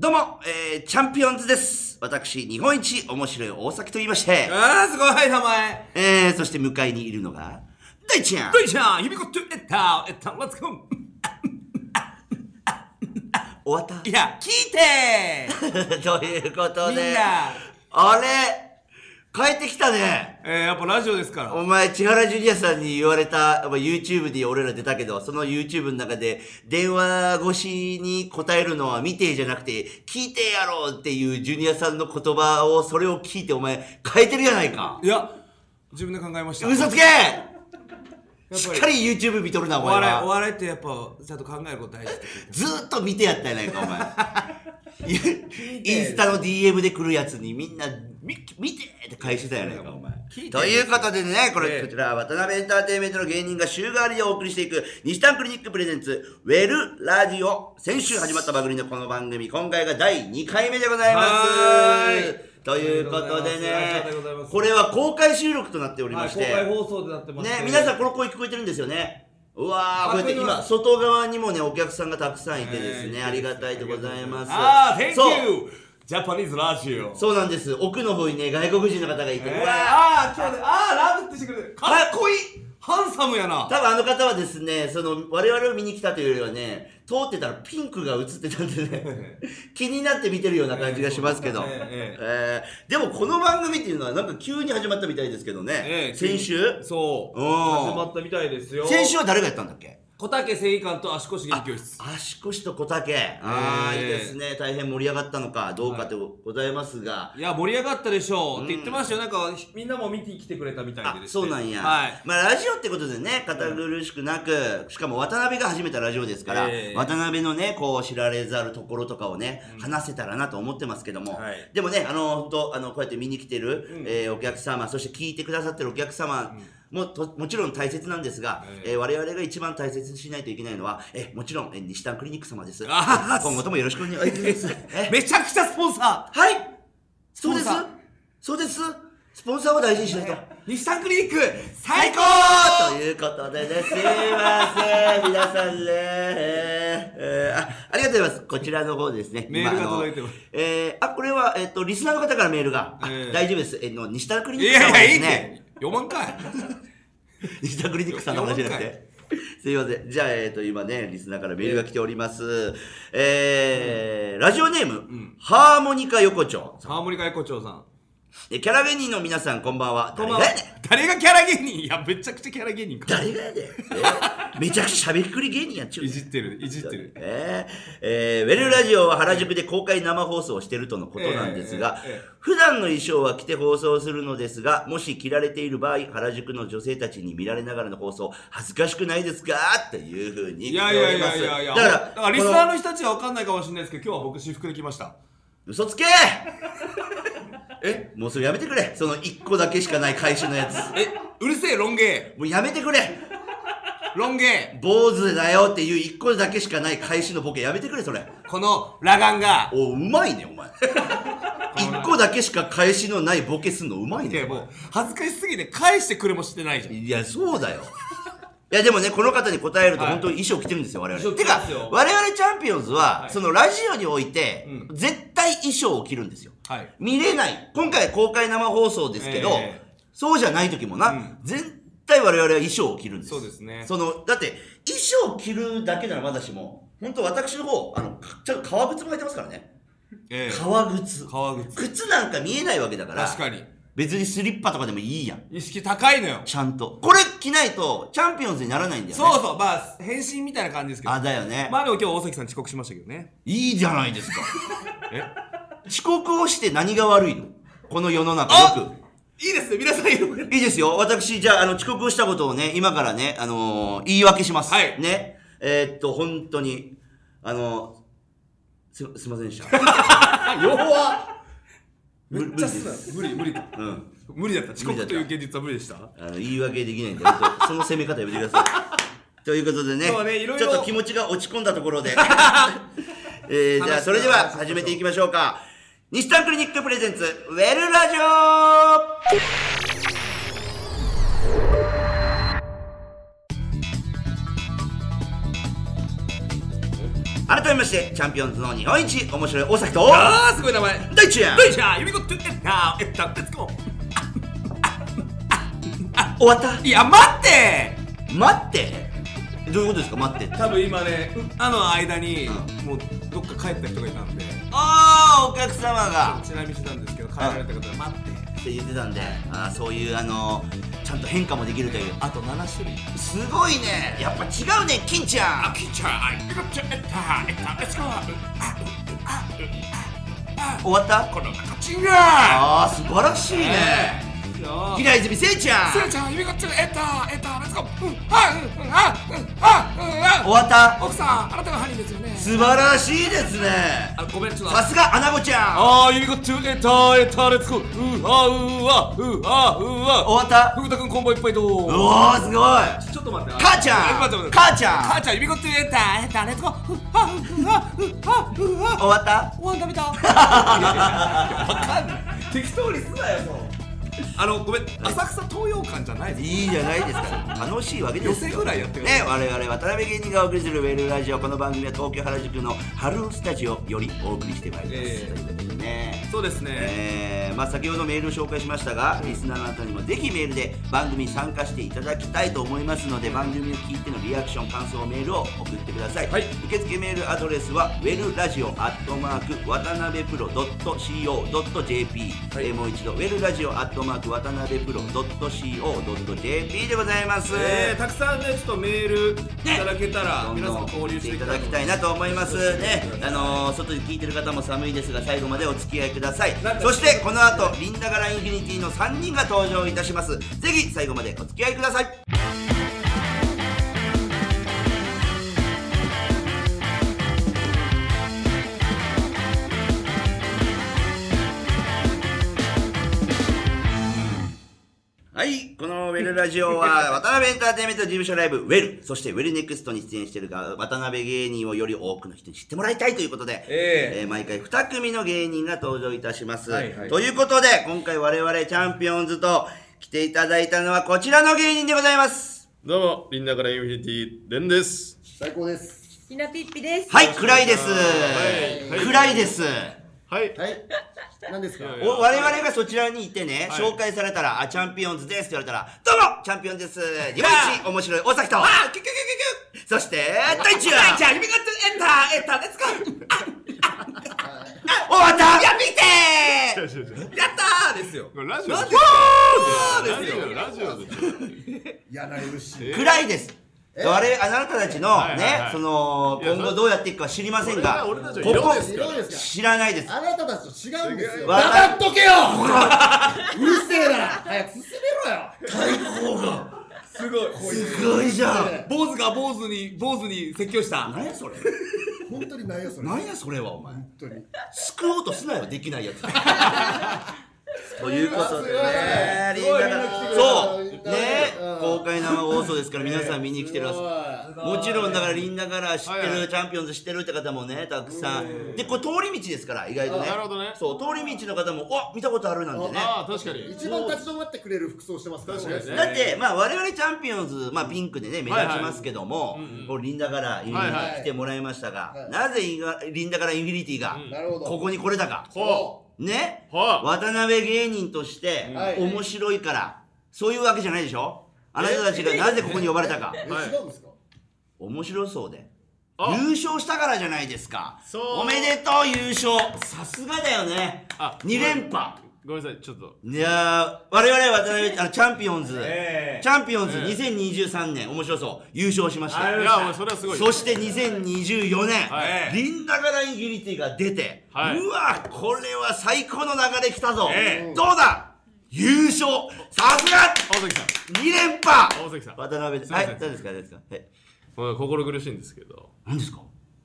どうも、チャンピオンズです。私、日本一面白い大崎と言いまして。 すごい名前。 そして向かいにいるのが、大ちゃん。 大ちゃん、指子とレッタ、レッツゴー。 終わった？ いや、聞いてということで、 みんなあれ帰ってきたね。 やっぱラジオですから。 お前、千原ジュニアさんに言われた、YouTube で俺ら出たけど、その YouTube の中で、電話越しに答えるのは見てじゃなくて、聞いてやろうっていうジュニアさんの言葉を、それを聞いてお前、変えてるやないか。 いや、自分で考えました。 嘘つけしっかり YouTube 見とるな、お前は。 お笑いってやっぱ、ちゃんと考えること大事。 ずーっと見てやったやないか、お前。インスタの DM で来るやつにみんな見てって返してたやないか、お前。ということでね、こちら渡辺エンターテインメントの芸人が週替わりでお送りしていく西丹クリニックプレゼンツウェルラジオ。先週始まった番組のこの番組、今回が第2回目でございます。ということでね、これは公開収録となっておりまして、 公開放送でなってますね、皆さんこの声聞こえてるんですよね。うわー、こうやって今外側にもねお客さんがたくさんいてですね、ありがたいでございます。 Thank you! ジャパニーズラジオ。 そうなんです。奥の方にね外国人の方がいて、うわー、今日でラブってしてくれる。かっこいい。ハンサムやな。 多分あの方はですね、我々を見に来たというよりはね、通ってたらピンクが映ってたんでね気になって見てるような感じがしますけど、でもこの番組っていうのはなんか急に始まったみたいですけどね、先週そう始まったみたいですよ。 先週は誰がやったんだっけ？ 小竹正義館と足腰元気教室。 足腰と小竹、いいですね。大変盛り上がったのかどうかでございますが、 いや盛り上がったでしょうって言ってましたよ。なんかみんなも見てきてくれたみたいでですね。 そうなんや。まあラジオってことでね、堅苦しくなく、しかも渡辺が始めたラジオですから、渡辺のねこう知られざるところとかをね話せたらなと思ってますけども、でもね本当こうやって見に来てるお客様、そして聞いてくださってるお客様もちろん大切なんですが、我々が一番大切にしないといけないのは、もちろん西丹クリニック様です。今後ともよろしくお願いします。 めちゃくちゃスポンサー。 はい、そうですそうです。スポンサーを大事にしないと。 西丹クリニック最高ということでね、すいません皆さんね、ありがとうございます。こちらの方ですね、 メールが届いてます。 これはリスナーの方からメールが、大丈夫です。西丹クリニック様ですね。 いやいやいいって読まんかい。 西丹クリニックさんの話じゃなくて、すいません。じゃあ今ねリスナーからメールが来ております。ラジオネーム、ハーモニカ横丁。 ハーモニカ横丁さん。 キャラ芸人の皆さんこんばんは。 誰がやねん。誰がキャラ芸人？いやめちゃくちゃキャラ芸人か。 誰がやねん。めちゃくちゃしゃべくり芸人やっちゅう。 いじってる。 ウェルラジオは原宿で公開生放送をしているとのことなんですが、普段の衣装は着て放送するのですが、もし着られている場合、原宿の女性たちに見られながらの放送恥ずかしくないですかというふうに言っております。 いやだからリスナーの人たちは分かんないかもしれないですけど、今日は僕私服で来ました。 嘘つけもうそれやめてくれ。その1個だけしかない回収のやつ。 うるせえロン毛。 もうやめてくれ。 ロン毛。 坊主だよっていう1個だけしかない回収のボケやめてくれ、それ。 この裸眼が。 うまいねお前。1個だけしか返しのないボケすんのうまいね。 いやもう恥ずかしすぎて返してくれもしてないじゃん。 いやそうだよ。いやでもね、この方に答えると本当に衣装着てるんですよ、我々。てか我々チャンピオンズはそのラジオにおいて絶対衣装を着るんですよ。見れない、今回公開生放送ですけど、そうじゃない時もな、絶対我々は衣装を着るんです。 そうですね。 だって衣装を着るだけならまだしも、本当私の方ちゃんと革靴も履いてますからね。革靴。靴なんか見えないわけだから。 確かに。 別にスリッパとかでもいいやん。 意識高いのよ。 ちゃんと。これ着ないとチャンピオンズにならないんだよね。 そうそう。まあ、変身みたいな感じですけど。 だよね。 まあでも今日大崎さん遅刻しましたけどね。 いいじゃないですか。遅刻をして何が悪いの？この世の中よく。 いいですね、皆さんいいですよ。私、じゃあ、遅刻をしたことをね、今からね、言い訳します。ね。本当に、すいませんでした。 弱っ。めっちゃ無理か。無理だった。遅刻という現実は無理でした。 言い訳できないんで、その攻め方やめてください。ということでね、ちょっと気持ちが落ち込んだところで、じゃあそれでは始めていきましょうか。西丹クリニックプレゼンツウェルラジオ。 改めましてチャンピオンズの日本一面白い大崎とすごい名前大ちゃん指ゴッドレッツゴー終わった。 いや待ってどういうことですか待ってって。 多分今ね間にもうどっか帰った人がいたんでお客様がちなみにしたんですけど帰られた方が待ってって言ってたんでそういうちゃんと変化もできるというあと7種類すごいねやっぱ違うね金ちゃん金ちゃん終わったこの勝ちが素晴らしいね平泉せいちゃんせいちゃん指がつレッツゴー終わった奥さんあなたがハニーですよね素晴らしいですねごめんちょっとさすがアナゴちゃん指がつレッツゴーレッツゴー終わった福田君コンボいっぱいどうすごいちょっと待って母ちゃん指がつレッツゴー終わったご飯食べたわかんない適当にすなよもうごめん浅草東洋館じゃないいいじゃないですか楽しいわけですよ寄せぐらいやってるね我々渡辺芸人がお送りするウェルラジオこの番組は東京原宿の春スタジオよりお送りしてまいります、ということでねそうですね先ほどメールを紹介しましたがリスナーのあなたにもぜひメールで番組に参加していただきたいと思いますので番組を聞いてのリアクション感想メールを送ってください、受付メールアドレスは wellradio@ 渡辺プロ .co.jp、もう一度 wellradio@ 渡辺プロ .co.jp でございます、 たくさんねちょっとメールいただけたら、皆さん交流していただきたいなと思いますね外で聞いてる方も寒いですが最後までお付き合いくださいそしてこの後リンダガラインフィニティの3人が登場いたしますぜひ最後までお付き合いくださいはい、このウェルラジオは渡辺エンターテインメント事務所ライブウェル、そしてウェルネクストに出演している渡辺芸人をより多くの人に知ってもらいたいということで、毎回2組の芸人が登場いたします、ということで今回我々チャンピオンズと来ていただいたのはこちらの芸人でございます。 どうもリンダからインフィニティレンです。 最高です。 ひなぴっぴです。 はい、暗いです、暗いです。 はい何ですか。 我々がそちらにいてね、紹介されたらチャンピオンズですって言われたらどうもチャンピオンです日本一面白い大崎とそして大地はじゃあ指がエンターレッツゴー終わったや見てやったーですよラジオですよやられるし暗いです。あなたたちのね、今後どうやっていくか知りませんが、ここ知らないです。 あなたたちと違うんですよ。黙っとけようるせえな早く進めろよ対抗がすごいすごいじゃん坊主が坊主に説教した何やそれ本当に何やそれ何やそれはお前本当に救おうとすなよできないやつということでねそうね公開生放送ですから皆さん見に来てるもちろんだからリンダから知ってるチャンピオンズ知ってるって方もねたくさんでこれ通り道ですから意外とねなるほどねそう通り道の方も見たことあるなんてね確かに一番立ち止まってくれる服装してますから確かにねだって我々チャンピオンズピンクでね目立ちますけどもリンダからインフィニティ来てもらいましたがなぜリンダからインフィニティがここに来れたかね渡辺芸人として面白いからそういうわけじゃないでしょあなたたちがなぜここに呼ばれたか違うんですか面白そうで優勝したからじゃないですかおめでとう優勝さすがだよね2連覇ごめんなさいちょっといや我々渡辺チャンピオンズ2023年面白そう優勝しましたいやそれはすごいそして2024年リンダガラインフィニティが出てうわこれは最高の流れ来たぞどうだ優勝さすが大崎さん 2連覇大崎さん渡辺ですはい誰ですか心苦しいんですけど何ですか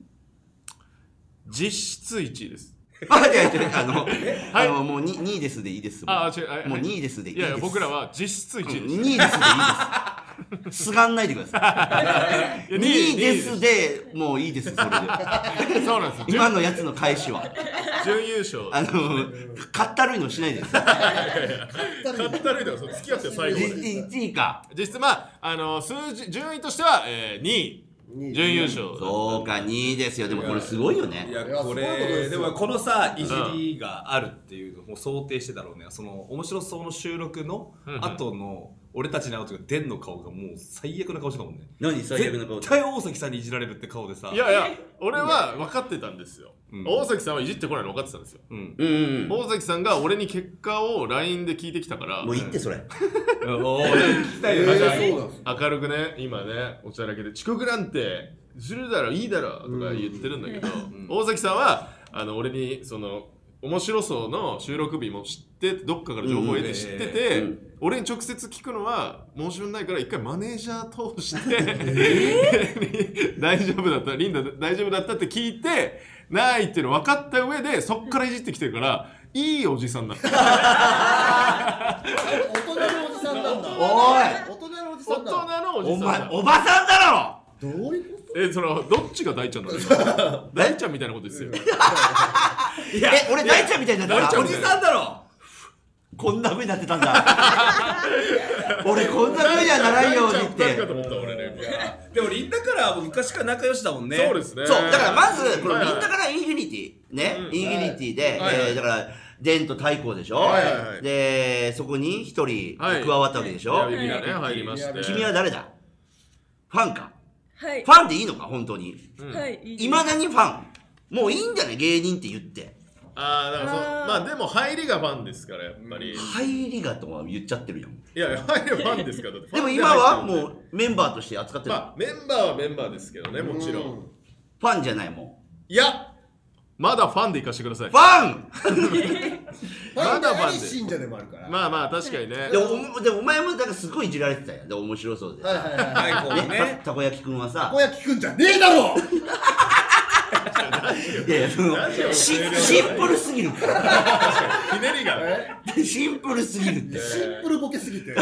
実質1位ですもう2位ですでいいですもう2位ですでいいですいや僕らは実質1位です 2位ですでいいですすがんないでください2位ですでもういいですそれでそうなんです今のやつの返しは準優勝かったるいのしないでかったるいでも付き合ってよ最後まで 1位か実質数字順位としては2位準優勝。 そうか、2位ですよ。でもこれすごいよね。 いやこれでもこのさいじりがあるっていうのを想定してたろうね。その面白そうの収録の後の俺たちのアウトがデンの顔がもう最悪な顔してたもんね。 何最悪な顔？ 絶対大崎さんにいじられるって顔でさ。 いやいや、俺は分かってたんですよ。大崎さんはいじってこないの分かってたんですよ。大崎さんが俺に結果を LINE で聞いてきたから。 もう言ってそれ。 聞きたいよね。 明るくね、今ね、おちゃらけで遅刻なんてするだろ、いいだろとか言ってるんだけど、大崎さんは俺にその面白そうの収録日も知ってどっかから情報を得て知ってて、俺に直接聞くのは申し訳ないから一回マネージャー通して大丈夫だった、リンダ大丈夫だったって聞いてないっていうの分かった上でそっからいじってきてるからいいおじさんだった。 大人のおじさんなんだ。 おい、 大人のおじさんだ。 大人のおじさんだ。 お前おばさんだどういうこそのどっちが大ちゃんなの？大ちゃんみたいなことですよ。 いや、俺大ちゃんみたいになってた。 おじさんだろ。 こんな風になってたんだ。俺こんな風にはならんようにって。 かと思った俺ね。 でもリンダからは昔から仲良しだもんね。 そうですね。 そう、だからまずこのみんなからインフィニティね、インフィニティで、だからデンと太閤でしょ。でそこに一人加わったわけでしょ。 指がね入りまして。 君は誰だ？ファンか。 はい。 ファンでいいのか本当に。 はい。 いまだにファン。もういいんじゃない芸人って言って。 だからまあでも入りがファンですからやっぱり。 入りがとは言っちゃってるやん。 いや入りはファンですから。 でも今はもうメンバーとして扱ってる。 まあメンバーはメンバーですけどねもちろん。 ファンじゃないもん。いやまだファンでいかしてください。 ファン。 まだファンで信者でもあるから。 まあまあ確かにね。 でもお前もだからすごいいじられてたやん。で面白そうで。はいたこ焼きくんはさ。 たこ焼きくんじゃねえだろ。 いやいやそのシンプルすぎるから。 ひねりがシンプルすぎるって。 シンプルボケすぎて。 で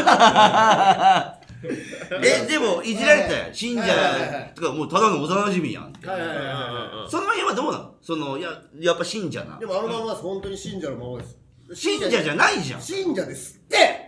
もいじられたやん。信者とかもうただの幼馴染やん。その辺はどうなの？そのやっぱ信者な。 でもあのままです本当に信者のままです。 信者じゃないじゃん。 信者ですって。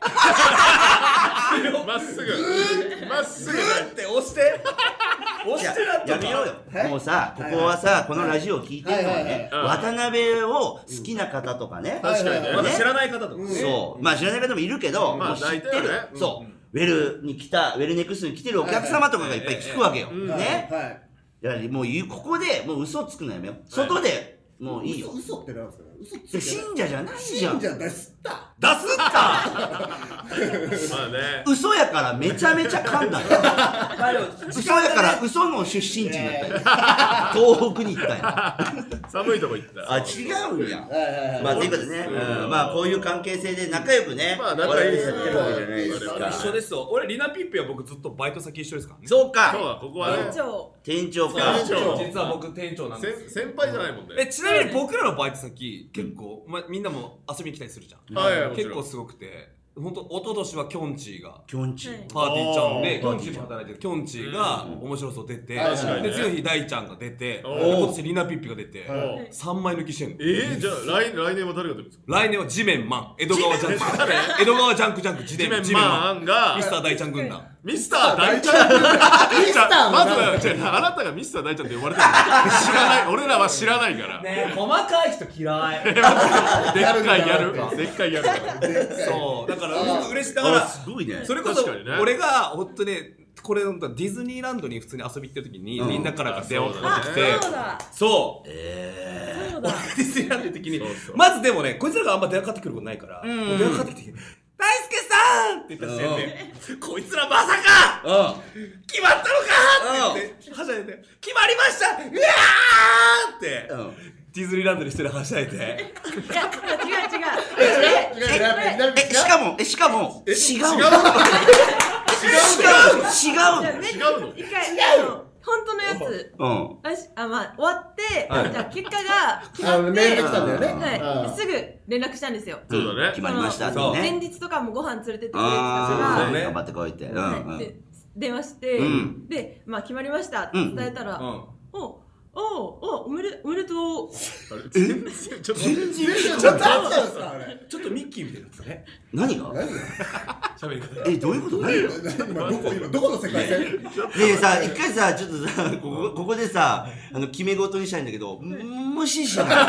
まっすぐまっすぐって押して押してなやめようよ。もうさここはさこのラジオを聞いてるのはね渡辺を好きな方とかね。 確かにね。 まだ知らない方とか。 そうまあ知らない方もいるけどもう知ってる。そうウェルネクストに来てるお客様とかがいっぱい聞くわけよ。ね。だからもうここでもう嘘つくのやめよう。外でもういいよ。 嘘ってなんですかね。 信者じゃないじゃん。 信者ですった。 出すったまあね嘘やからめちゃめちゃ噛んだよ。嘘やから嘘の出身地に行ったよ。東北に行ったよ。 寒いとこ行った。 あ違うんや。まあということでねまあこういう関係性で仲良くねまあ仲いいですやってるわけじゃないですか。 一緒ですよ。俺リナピッピは僕ずっとバイト先一緒ですからね。 そうかそうだここはね店長か。 実は僕店長なんです。 先輩じゃないもんね。 ちなみに僕らのバイト先結構みんなも遊びに来たりするじゃん。結構すごくて本当一昨年はきょんちぃがきょんちパーティーちゃんできょんちぃも働いてるきょんちぃが面白そう出てで次の日大ちゃんが出て今年リナピッピが出て3枚抜きしてんの。 じゃあ来年は誰が出るんですか？ 来年は地面マン江戸川ジャンク江戸川ジャンクジャンク地面マンがミスター大ちゃん軍団。 ミスター大ちゃん軍団。まずあなたがミスター大ちゃんって呼ばれたの知らない。俺らは知らないからね。細かい人嫌い。 でっかいギャルでっかいギャル。 そうだから嬉しい。だからすごいね。 それこそ俺が本当にこれディズニーランドに普通に遊び行ってる時にみんなからが電話かけてきてそうディズニーランドの時にまずでもねこいつらがあんま電話かかってくることないから電話かかってきて大輔さんって言った時点でこいつらまさか決まったのかって言ってはしゃいで決まりましたうわーってディズニーランドにしてるはしゃいで。いや違う。 しかも違う。違うの。 本当のやつ。まあ終わってじゃあ結果が決まってメール来たんだよね。 はい。すぐ連絡したんですよ。 そうだね。 決まりましたね。 前日とかもご飯連れてってくれてたから頑張ってこいって。 電話してでまあ決まりましたって伝えたらおめでとう。 ちょっととミッキーみたいなやつね。 何が喋り方。 どういうこと？何が今どこの世界線？ でさ、一回さ、ちょっとさ、ここでさ、決め事にしたいんだけど、無視しない。ね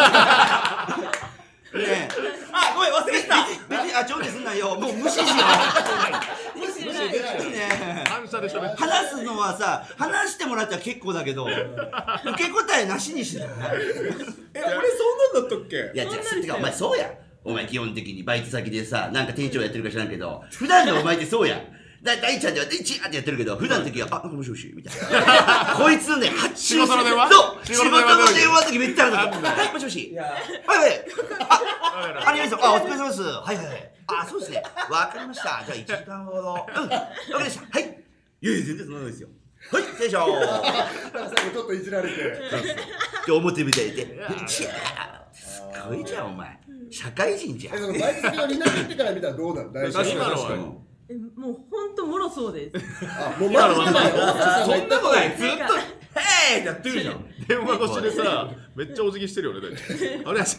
え。 あ、ごめん、忘れてた。 別に、調理すんなよ。もう無視しよう。無視しない。 反射で喋って。 話すのはさ、話してもらったら結構だけど、受け答えなしにしない。 俺そんなんだったっけ？ いや、てかお前そうや。お前基本的にバイト先でさ、なんか店長やってるか知らんけど、普段のお前ってそうや。大ちゃんではチーってやってるけど、普段の時は、なんかもしもしみたいな。こいつね、 仕事の電話？ そう！仕事の電話の時めっちゃあるんだ。はい、もしもし。はい。ありがとう。お疲れ様です。はい。そうですね。わかりました。じゃあ1時間ほど。わかりました。はい。いや、全然そんなのですよ。はい、よいしょ。 最後ちょっといじられて。 で、表みたいで。すごいじゃん、お前。社会人じゃん。 バイト先のリナってから見たらどうなの？大丈夫？ 確かに。 もうほんともろそうです。 もうまだそんなことない。ずっとヘーってやってるじゃん。 電話越しでさ、めっちゃお辞儀してるよね。あれだって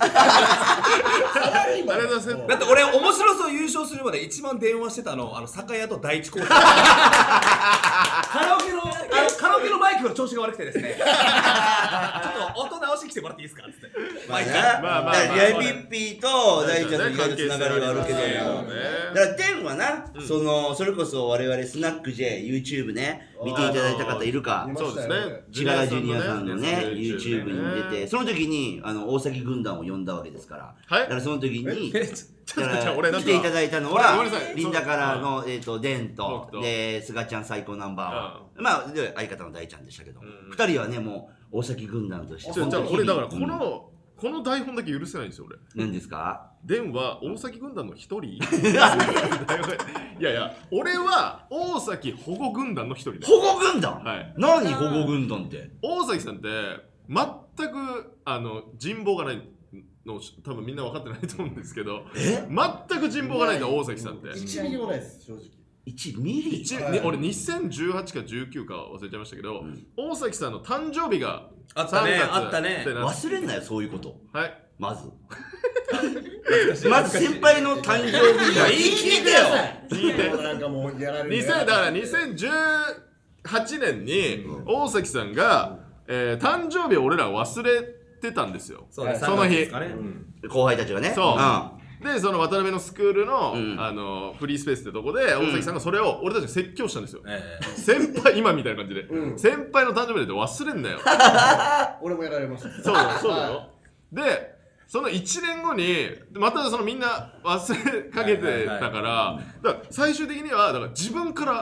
俺面白そう優勝するまで一番電話してたの酒屋と第一コース。カラオケのマイクの調子が悪くてですね。ちょっと音直してきてもらっていいですかって。 毎回。リアピッピーと大ちゃんの意外とつながりはあるけど。だから天はな、それこそ我々スナック J YouTube ね見ていただいた方いるか。 そうですね。 千原ジュニアさんのね YouTube に出て、その時に大崎軍団を呼んだわけですから。だからその時に来ていただいたのはリンダカラーのデンとでスガちゃん最高ナンバー1、まあ相方の大ちゃんでしたけど、2人はねもう大崎軍団として。 俺だからこの台本だけ許せないんですよ俺。 何ですか？ デンは大崎軍団の一人。いや俺は大崎保護軍団の一人です。 保護軍団？ はい。 何保護軍団って？ 大崎さんって全く人望がないの多分みんな分かってないと思うんですけど、全く人望がないんだ大崎さんって。 1ミリもないです正直。 1ミリ？ 俺2018か19か忘れちゃいましたけど、大崎さんの誕生日があったね。 忘れんなよそういうこと。 はい。 まず先輩の誕生日が聞いてよ。 聞いて。なんかもうやられる。 だから2018年に大崎さんが誕生日を俺ら忘れてたんですよ。その日。 後輩たちがね。 そう。でその渡辺のスクールのフリースペースってとこで大崎さんがそれを俺たちに説教したんですよ。先輩今みたいな感じで先輩の誕生日で忘れんなよ。 俺もやられました。 そうだよ。でその1年後にまたそのみんな忘れかけてたから最終的にはだから自分から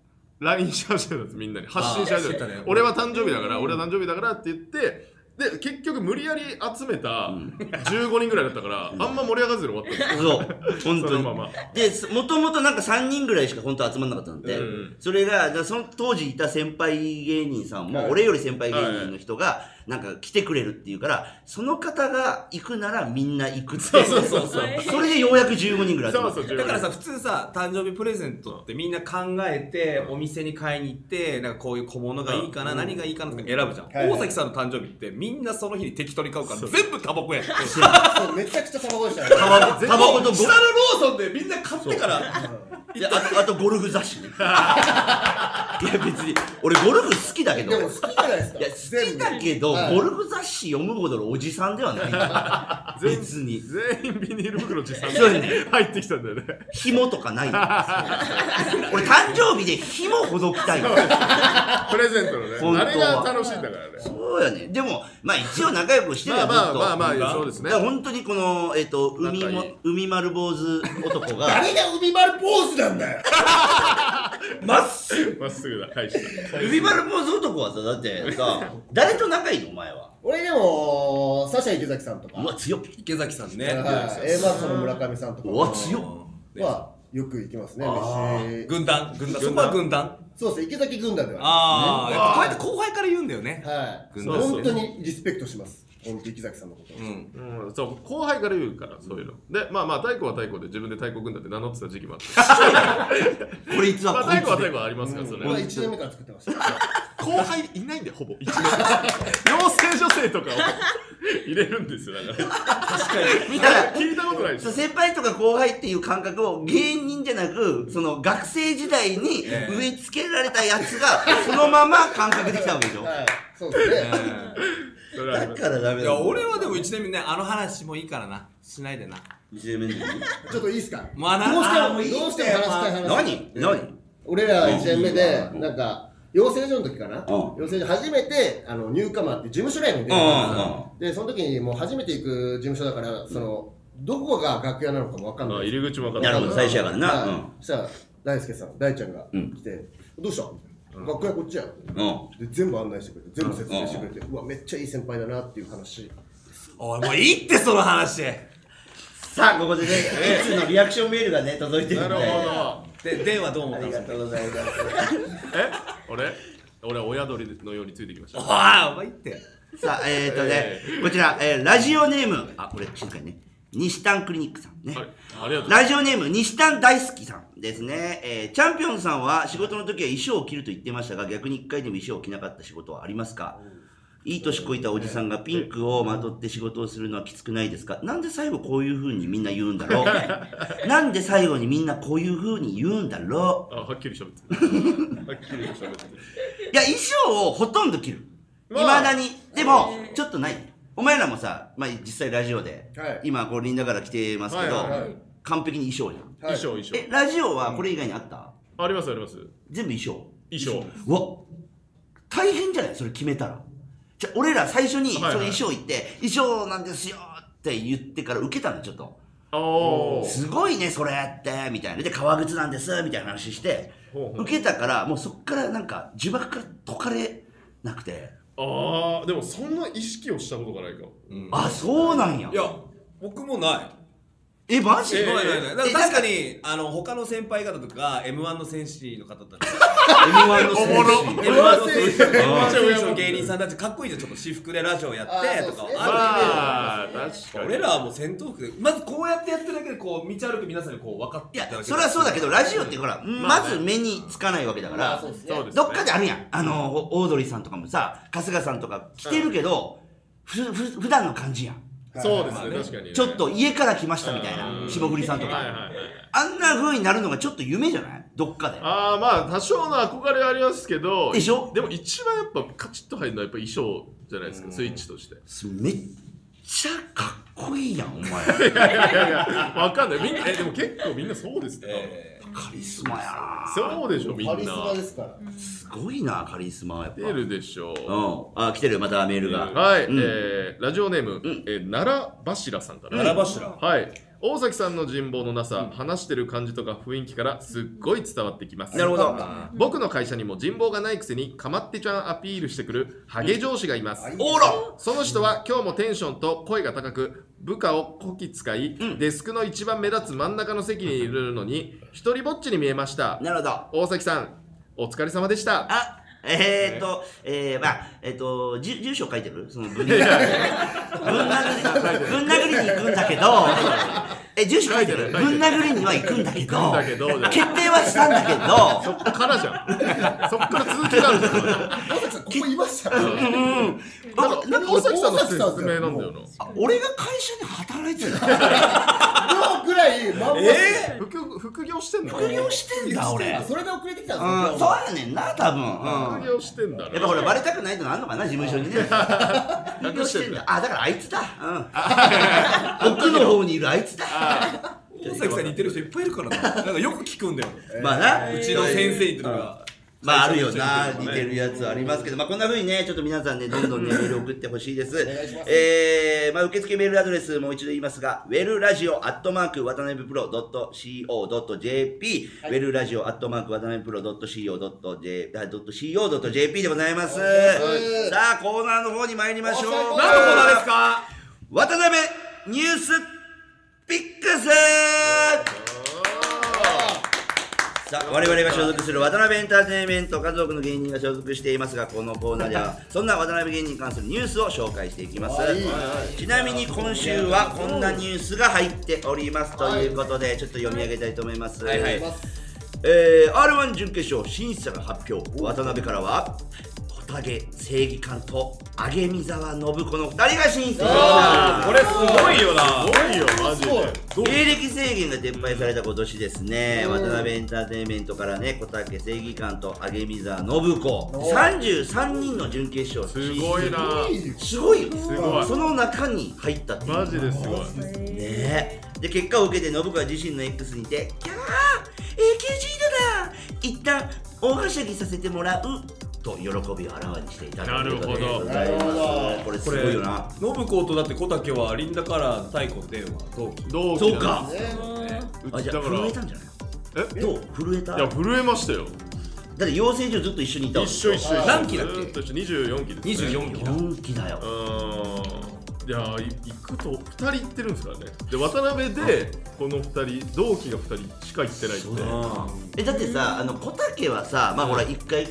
LINE し始めたんです。みんなに発信し始めた。俺は誕生日だからって言ってで結局無理やり集めた15人ぐらいだったからあんま盛り上がずに終わったんですよ。 そう本当に。でもともとなんか3人ぐらいしか本当集まんなかったんで、それがその当時いた先輩芸人さんも俺より先輩芸人の人がなんか来てくれるっていうからその方が行くならみんな行くって。それでようやく15人ぐらい集まった。 だからさ普通さ誕生日プレゼントってみんな考えてお店に買いに行ってなんかこういう小物がいいかな何がいいかなって選ぶじゃん。大崎さんの誕生日ってみんなその日に適当に買うから全部タバコやん。 めちゃくちゃタバコでしたね。 タバコと下のローソンでみんな買ってからあとゴルフ雑誌ね。いや別に俺ゴルフ好きだけど。 でも好きじゃないですか。 いや好きだけどゴルフ雑誌読むほどのおじさんではない。別に全員ビニール袋持参で入ってきたんだよね。 紐とかない。俺誕生日で紐ほどきたい。 プレゼントのね。あれが楽しいんだからね。 そうやね。でもまあ一応仲良くしてるよずっと。 まあそうですね。 本当にこの海丸坊主男が。 誰が海丸坊主なんだよ。 まっすぐだ返した。 海丸坊主男はさだってさ誰と仲いいのお前は。 俺でもサシャ池崎さんとか。 うわ強っ。 池崎さんね。 A マッソの村上さんとか。 うわ強っ。 はよく行きますね。 軍団そこは軍団。 そうですね池崎軍団ではああこうやって後輩から言うんだよね。 はい本当にリスペクトします。本当池崎さんのことそう後輩から言うからそういうのでまあ太鼓は太鼓で自分で太鼓軍団って名乗ってた時期もあってこれいつは太鼓は太鼓はありますからそれ 1年目から作ってました。 後輩いないんだよほぼ1年養成女性とかを入れるんですよだから確かに聞いたこと先輩とか後輩っていう感覚を芸人じゃなく、その学生時代に植え付けられたやつが、そのまま感覚できたわけでしょ。 そうですね。 だからダメだ。 いや、俺はでも1年目ね、あの話もいいからな。しないでな。 1年目の時にちょっといいっすか？ まあな、 どうしても話したい話。 何俺ら1年目で、なんか、養成所の時かな、養成所初めてニューカマーって事務所ライブに出たんですよ。で、その時にもう初めて行く事務所だから、どこが楽屋なのかも分かんない。 入り口も分かんない。 なるほど、最初やからな。 そしたら、大輔さん、大ちゃんが来て、どうした楽屋こっちや。で、全部案内してくれて、全部説明してくれて、うわ、めっちゃいい先輩だなっていう話。 おい、もういいって、その話。 さあ、ここでね、いつのリアクションメールがね、届いてるんで。 なるほど。 で、電話どう思ったありがとうございます。 俺は親鳥のようについてきました。 お前いって。 さあ、こちら、ラジオネーム、これ、静かにね。西丹クリニックさんね。ラジオネーム、西丹大好きさんですね。チャンピオンさんは仕事の時は衣装を着ると言ってましたが、逆に一回でも衣装を着なかった仕事はありますか？いい年こいたおじさんがピンクをまとって仕事をするのはきつくないですか？なんで最後こういう風にみんな言うんだろうなんで最後にみんなこういう風に言うんだろうはっきり喋ってる。はっきり喋ってる。 いや、衣装をほとんど着る。未だに。でも、ちょっとない。お前らもさ、実際ラジオで、今こうリンダから来てますけど、完璧に衣装じゃん。 衣装。 ラジオはこれ以外にあった？ あります。 全部衣装。うわ、大変じゃないそれ決めたら。じゃあ俺ら最初にその衣装行って、衣装なんですよって言ってから受けたのちょっと。すごいねそれってみたいな。で革靴なんですみたいな話して受けたから、もうそっからなんか呪縛から解かれなくて。 でもそんな意識をしたことがないか。 そうなんや。 いや、僕もない。 マジ？ ない確かに他の先輩方とか M1 の戦士の方たち M1 の戦士 M1 の芸人さんたちかっこいいじゃん。ちょっと私服でラジオやってとかあるけど、俺らはもう戦闘服でまずこうやってやってるだけでこう道歩く皆さんにこう分かっていただける。 それはそうだけど、ラジオってほらまず目につかないわけだから、どっかであるやん。オードリーさんとかもさ、春日さんとか着てるけど普段の感じやん。 そうですね、確かに。 ちょっと家から来ましたみたいな、霜降りさんとか。あんな風になるのがちょっと夢じゃない？どっかで。 多少の憧れありますけど。 でしょ？ でも一番やっぱカチッと入るのはやっぱ衣装じゃないですか、スイッチとして。 めっちゃかっこいいやん、お前。 いや、わかんない。でも結構みんなそうですね。 カリスマやな。 そうでしょ、みんな。 カリスマですから。 すごいな、カリスマはやっぱ。 出るでしょう。来てる、またメールが。 はい、ラジオネーム、奈良柱さんから。 奈良柱。 はい。大崎さんの人望のなさ、話してる感じとか雰囲気からすっごい伝わってきます。 なるほど。 僕の会社にも人望がないくせにかまってちゃんアピールしてくるハゲ上司がいます。 おら！ その人は今日もテンションと声が高く、部下をこき使い、デスクの一番目立つ真ん中の席にいるのに一人ぼっちに見えました。 なるほど。 大崎さん、お疲れ様でした。 住所書いてる？そのぶん殴りに行くんだけど、住所書いてる？ぶん殴りには行くんだけど、決定はしたんだけど、 そっからじゃん。そっから続きがあるじゃん。 大崎さん、ここいましたよ。 なんか大崎さんの説明なんだよな。 俺が会社で働いてるぐらい、 副業してんの？ 副業してんだ、俺。 それで遅れてきたんですよ。そうやねんな、多分。 副業してんだ。 やっぱほら、バレたくないってのあんのかな、事務所にね。副業してんだ。だからあいつだ。奥の方にいるあいつだ。 大崎さんに似てる人いっぱいいるからな。なんかよく聞くんだよ。 まあな。 うちの先生ってのが。 あるよな、似てるやつありますけど、こんな風にね、ちょっと皆さんね、どんどんね、メール送ってほしいです。受付メールアドレスもう一度言いますが、wellradio@watanabePro.co.jp、wellradio@watanabePro.co.jp でございます。さあ、コーナーの方に参りましょう。 何のコーナーですか？ 渡辺ニュースピックス。さあ、我々が所属する渡辺エンターテインメント、家族の芸人が所属していますが、このコーナーではそんな渡辺芸人に関するニュースを紹介していきます。ちなみに今週はこんなニュースが入っておりますということで、ちょっと読み上げたいと思います。R1 準決勝審査が発表。渡辺からはホタゲ正義感と上見沢信子の2人が審査。 これすごいよな。 すごいよ、マジで。 芸歴制限が撤廃された今年ですね、渡辺エンターテインメントからね、小竹正義感と上水沢信子33人の準決勝すごいな。 すごいよ。 すごい。 その中に入ったっていう。 マジですごい。 ね。で結果を受けて信子は自身の X にて「キャー AKG だ一旦大はしゃぎさせてもらう」と喜びをあらわにしていたということでございます。これすごいよな。 信子とだって小竹はリンダカラー太鼓っていうのは同期。 そうか。 あ、 じゃあ震えたんじゃない？どう震えた？ いや震えましたよ。 だって養成所ずっと一緒にいたわけ。 一緒。 何期だっけ ？24期です。 24期だよ。 いや行くと2人行ってるんですからね。で渡辺でこの2人同期が2人しか行ってないんで。 だってさ小竹はさまあほら一回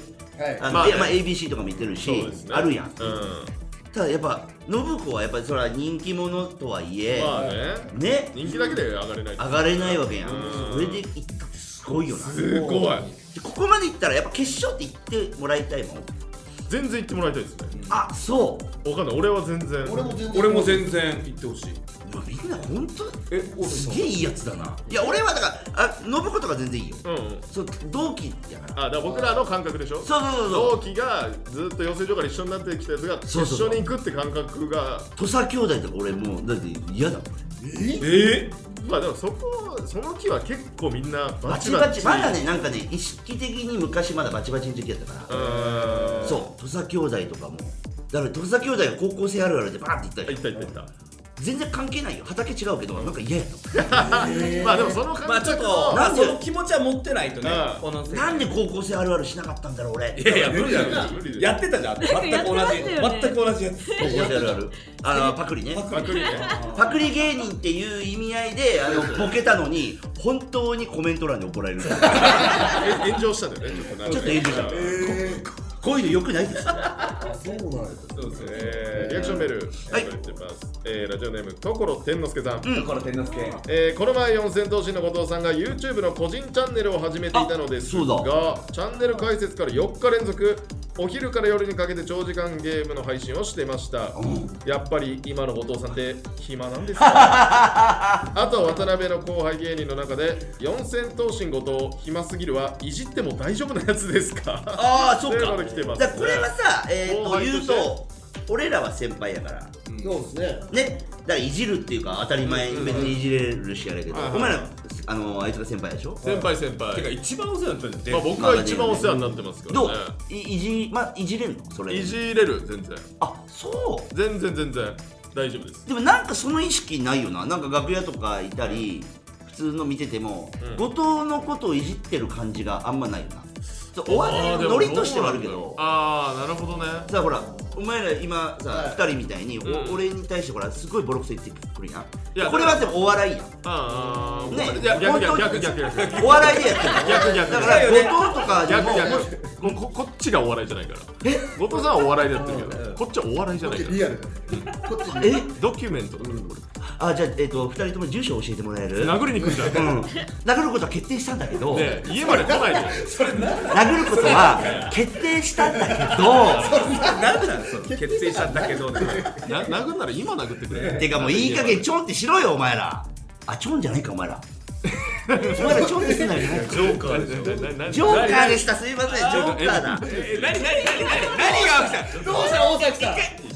ABC とかも行ってるしあるやん。ただやっぱ信子はやっぱりそれは人気者とはいえね人気だけで上がれないわけやん。それで行ったってすごいよな。 すごい。 ここまで行ったらやっぱ決勝って行ってもらいたいもん。 全然行ってもらいたいですね。 あ、そう。 わかんない。俺は全然。 俺も全然行ってほしい。 みんな本当すげえいいやつだな。いや俺はだから信子とか全然いいよ。そう同期やから。 だから僕らの感覚でしょ。 そう。 同期がずっと養成所から一緒になってきたやつが一緒に行くって感覚が。 土佐兄弟とか俺もうだって嫌だもん。 まあでもその期は結構みんなバチバチまだねなんかね意識的に昔まだバチバチの時やったからそう土佐兄弟とかもだから土佐兄弟が高校生あるあるでバーって行ったよ。全然関係ないよ畑違うけどなんか嫌やったまあでもその感覚ちょっとなんでその気持ちは持ってないとねなんで高校生あるあるしなかったんだろう俺。 いや無理だよやってたじゃん全く同じやつ。 高校生あるあるパクリねパクリ芸人っていう意味合いでボケたのに本当にコメント欄で怒られる炎上したんだよねちょっと炎上したこういうの良くないですよ。 そうですね。リアクションメールはいラジオネーム所天之助さん。 所天之助。 この前四千頭身の後藤さんが YouTube の個人チャンネルを始めていたのですが、チャンネル開設から4日連続お昼から夜にかけて長時間ゲームの配信をしてました。やっぱり今の後藤さんって暇なんですか？あと渡辺の後輩芸人の中で四千頭身後藤暇すぎるはいじっても大丈夫なやつですか？ ああ、そっか。 これはさ言うと俺らは先輩やからそうですね。 ねだからいじるっていうか当たり前別にいじれるしやるけどお前らあいつが先輩でしょ。 先輩てか一番お世話になってる。 僕は一番お世話になってますからね。 どういじれんのそれ。 いじれる全然。 あそう全然大丈夫です。 でもなんかその意識ないよな。なんか楽屋とかいたり普通の見てても後藤のことをいじってる感じがあんまないよな。お笑いのノリとしてはあるけど。 ああなるほどね。 さあほらお前ら今さ2人みたいに俺に対してほらすごいボロクソ言ってくるやん。これはでもお笑いやん。逆お笑いでやってる。逆だから後藤とかでもこっちがお笑いじゃないから。後藤さんはお笑いでやってるけどこっちはお笑いじゃないから。 リアル。 ドキュメント。 あじゃあ2人とも住所教えてもらえる？ 殴りに来るじゃん。 殴ることは決定したんだけど家まで来ないで。 殴ることは決定したんだけどなんなんその決定したんだけど殴んなら今殴ってくれ。 てかもういい加減チョンってしろよお前ら。あチョンじゃないかお前ら。お前らチョンってすんなよ。ジョーカーでしょ。ジョーカーでした。すいませんジョーカーだ。何が起きた？ どうした大崎さん。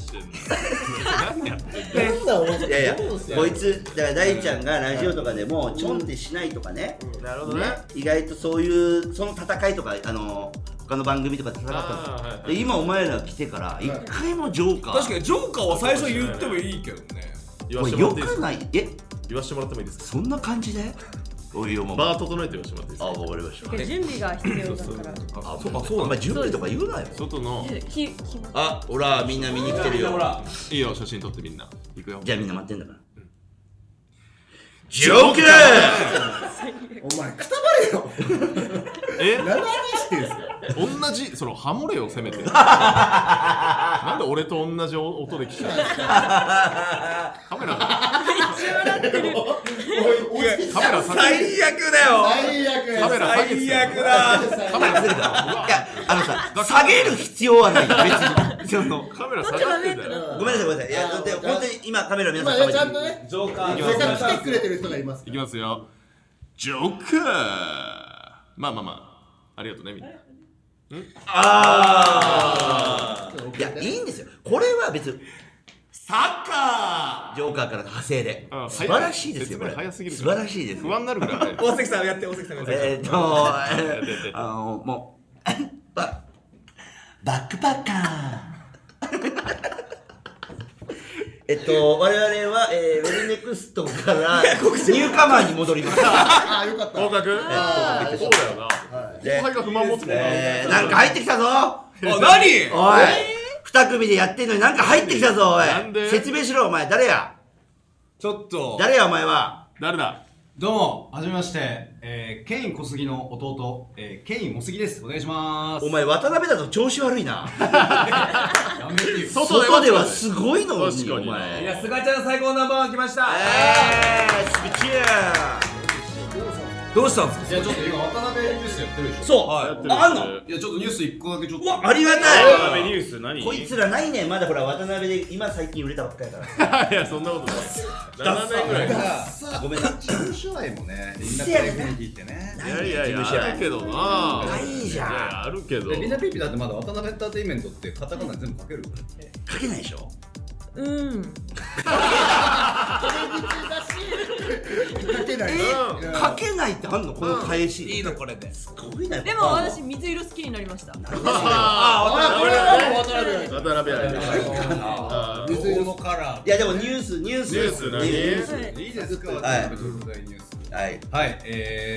いやいやこいつだから大ちゃんがラジオとかでもチョンってしないとかね。 なるほどね。 意外とそういうその戦いとか他の番組とかで戦ったんですよ。で今お前ら来てから一回もジョーカー。 確かにジョーカーは最初言ってもいいけどね。 これよくない？ 言わしてもらってもいいですか？ そんな感じで？おいよもバー整えて言わしてもらっていいですか？ あ、わかりました。 準備が必要だから。 あ、そうお前準備とか言うなよ。 外のあ、ほらみんな見に来てるよ。 いいよ写真撮ってみんな。行くよ。 じゃあみんな待ってんだから。ジョーカーお前くたばれよ。何してんすか？ 同じそのハモれよせめて。なんで俺と同じ音で聞きたいの？カメラ最悪だよ。 カメラ下げて。 最悪だ。 カメラ下げた。いやさ下げる必要はない別に。 カメラ下がってんだよ。 ごめんなさいごめんなさい。いや本当に今カメラ皆さん今ねちゃんとねジョーカー絶対来てくれてる人がいます。 いきますよ。ジョーカー。まあありがとうねみんな。 いやいいんですよ。これは別にサッカージョーカーからの派生で素晴らしいですよこれ。素晴らしいです。 不安になるからね。 大関さんやって大関さんやって。 もうバックパッカー我々はウェルネクストからニューカマーに戻ります。 ああよかった。 合格。そうだよな。後輩が不満持つもんな。 なんか入ってきたぞ。 何？ おい2組でやってんのになんか入ってきたぞおい。説明しろお前誰や。 ちょっと誰やお前は。 誰だ。 どうもはじめまして、ケイン小杉の弟、ケインモスギです。お願いします。 お前渡辺だと調子悪いな。 やめてよ。 外ではすごいのに確かにお前。 いや、すがちゃん最高ナンバーワン来ました。 スキチュー。 どうしたんですか。 いやちょっと今渡辺ニュースやってるでしょ。 そうあんの。 いやちょっとニュース1個だけちょっと。 うわありがたい。 渡辺ニュース何？ こいつらないねまだほら渡辺で今最近売れたばっかりだから。 いやそんなことない。7年ぐらい。 ごめんな。 事務所愛もね、リンダクライフィニティってね。 いやあるけどな。 ないじゃん。 いやあるけど。 リンダピーピーだってまだ渡辺エンターテインメントってカタカナ全部書ける。 書けないでしょ。 うん。 書けない。 書けないってあんのこの返し。 いいのこれで。 すごいな。 でも私水色好きになりました。 これはもう渡辺。 渡辺や。 水色のカラー。 いやでもニュース何？ いいですか。はい。ニュース。 はい。 はい。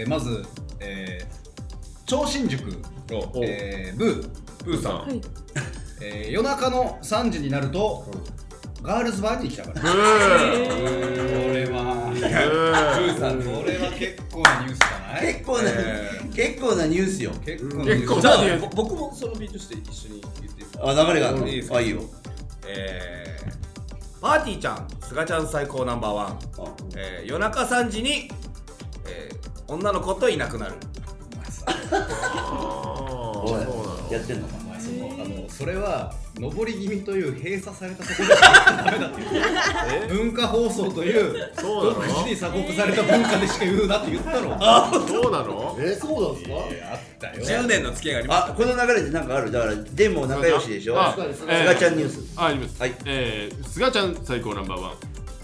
まず超新宿ブーさん。 はい。 夜中の3時になるとガールズバーに来たから。これはこれは結構なニュースじゃない？ 結構なニュースよ。 結構なニュース。 じゃあ僕もそのビートして一緒に言っていいですか。 流れがあるの。 いいですか。 いいよ。 パーティーちゃん、すがちゃん最高ナンバーワン。夜中3時に女の子といなくなる。 やってんのか。 それは上り気味という閉鎖されたところでダメだっていう文化放送という独自に鎖国された文化でしか言うなって言ったの。 そうなの？ そうなんですか。 あったよ。 10年の付き合いがあります。 この流れでなんかある。だからでも仲良しでしょ。すがちゃんニュース。 あります。 はい。 すがちゃん最高ナンバーワン。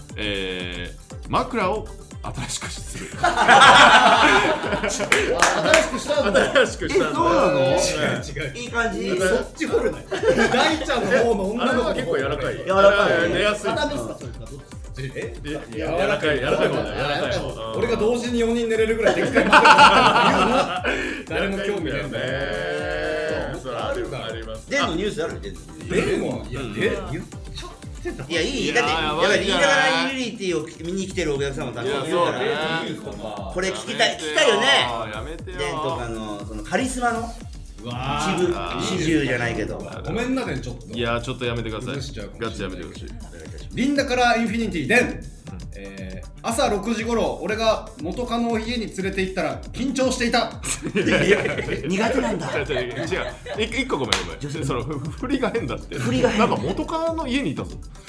枕を新しくする。 新しくしたんだ。 新しくしたんだ。 そうなの？ 違う。 いい感じ。 そっち掘るなよ。大ちゃんの方の女の子結構柔らかい。 柔らかい。 寝やすい。 片目ですかそれか。 柔らかい方。 俺が同時に4人寝れるぐらいでっかい枕誰も興味ないんだよ。 あります。 でのニュースある。 でもいや言っちゃってた。 いやいい。だってリーダーラインユニティを見に来てるお客様たくさんいるから。これ聞きたいよね。 やめてよ。 デンとかのそのカリスマの一部始終じゃないけど。 ごめんなねちょっと。 いやちょっとやめてください。 崩しちゃうかもしれないガチやめてほしい。 リンダからインフィニティでん。朝6時頃俺が元カノを家に連れて行ったら緊張していた。 苦手なんだ。 違う。一個ごめん。その振りが変だって。 振りが変。 なんか元カノの家にいたぞ。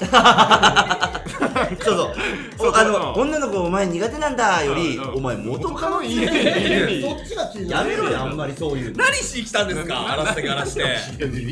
そう女の子お前苦手なんだよりお前元カノ家に。 そっちが気になる。 やめろよあんまりそういう。 何しに来たんですか。荒らして荒らして。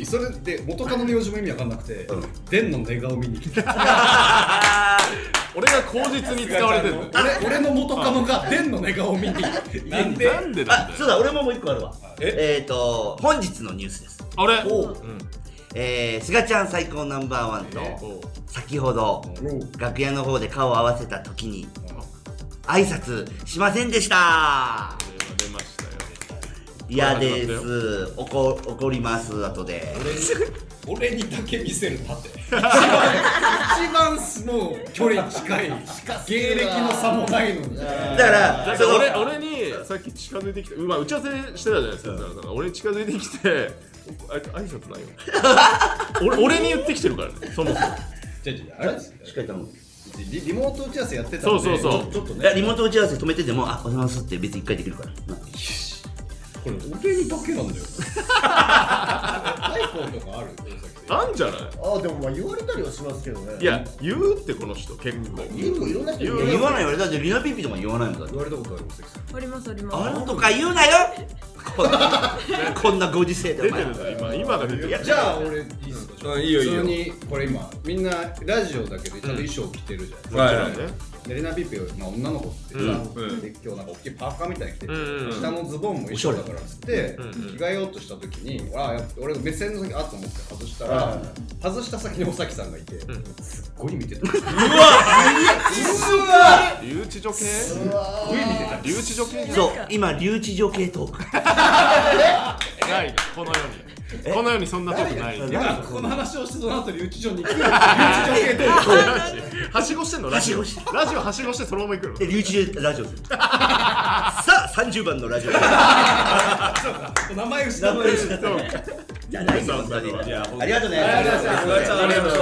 それで元カノの用事も意味わかんなくて、デンの寝顔見に来た。 俺が口実に使われてるの。 俺の元カノがデンの寝顔を見になんでなんだよ。 そうだ俺ももう一個あるわ。本日のニュースです。 あれ？ すがちゃん最高ナンバーワンと先ほど楽屋の方で顔を合わせた時に挨拶しませんでした。 出ましたよ。 嫌です。怒ります後で。 俺にだけ見せるなって。一番もう距離近い芸歴の差もないのに。 だから俺にさっき近づいてきて、打ち合わせしてたじゃないですか。俺に近づいてきて挨拶ないよ。俺に言ってきてるからね。そもそも。 あれですしっかり頼む。 リモート打ち合わせやってたんで。 そう。 ちょっとね。 リモート打ち合わせ止めてでもおはようございますって別に一回できるから。 これ俺にだけなんだよ。iPhone とかある？ あんじゃない？ でもまあ言われたりはしますけどね。 いや、言うってこの人結構。 結構いろんな人言わないよね。だってリナピピとか言わないもんだって。 言われたことある？関さん。 ありますあります。 あるとか言うなよ。こんなご時世で。 出てるんだ今が出てる。 じゃあ俺いいですか？ いいよいいよ。 普通にこれ今みんなラジオだけどちゃんと衣装着てるじゃん。 はいはい。 でレナピッピは女の子ってさ、で今日なんか大きいパーカーみたいに着てて、下のズボンも一緒だからっつって着替えようとした時に、俺目線の先と思って外したら、外した先に尾崎さんがいて、すっごい見てた。うわ留置女系？ すっごい見てた。 留置女系？ そう、今留置女系トーク。 ないこの世に。この世にそんなトークない。 今この話をしてその後留置所に行く。留置所系トーク。 はしごしてんの？ラジオはしごしてそのまま行くの？ で留置でラジオする。さあ30番のラジオ。 名前失った。 じゃないよ本当に。ありがとうね。 ありがとうございます。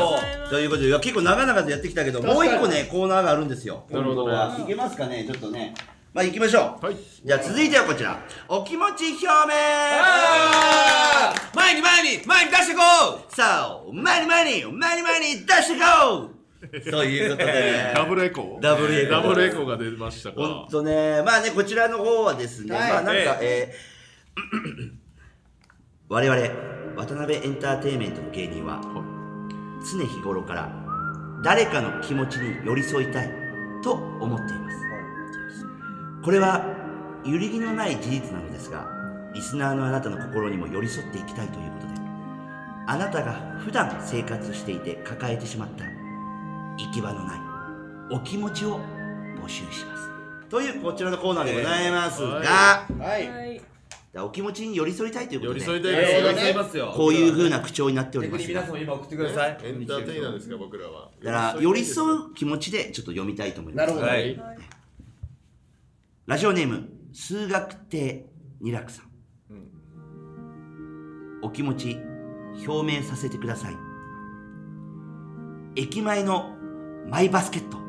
ということで結構長々とやってきたけど、もう一個ねコーナーがあるなるほどね。いけますかね、ちょっとね。まあ行きましょう。はい。じゃあ続いてはこちら。お気持ち表明。 前に出してこう。 さあ前に出してこう。ということでね。 ダブルエコー。ダブルエコーが出ましたか。 ほんとね、まあねこちらの方はですね、まあなんか我々渡辺エンターテインメントの芸人は常日頃から誰かの気持ちに寄り添いたいと思っています。これは揺るぎのない事実なのですが、リスナーのあなたの心にも寄り添っていきたいということで、あなたが普段生活していて抱えてしまった行き場のないお気持ちを募集しますというこちらのコーナーでございますが、お気持ちに寄り添いたいということで、 寄り添いますよ。 こういう風な口調になっております。 皆さんも今送ってください。 エンターテイナーですか僕らは。 だから寄り添う気持ちでちょっと読みたいと思います。 なるほど。 ラジオネーム数学亭二楽さん、お気持ち表明させてください。駅前のマイバスケット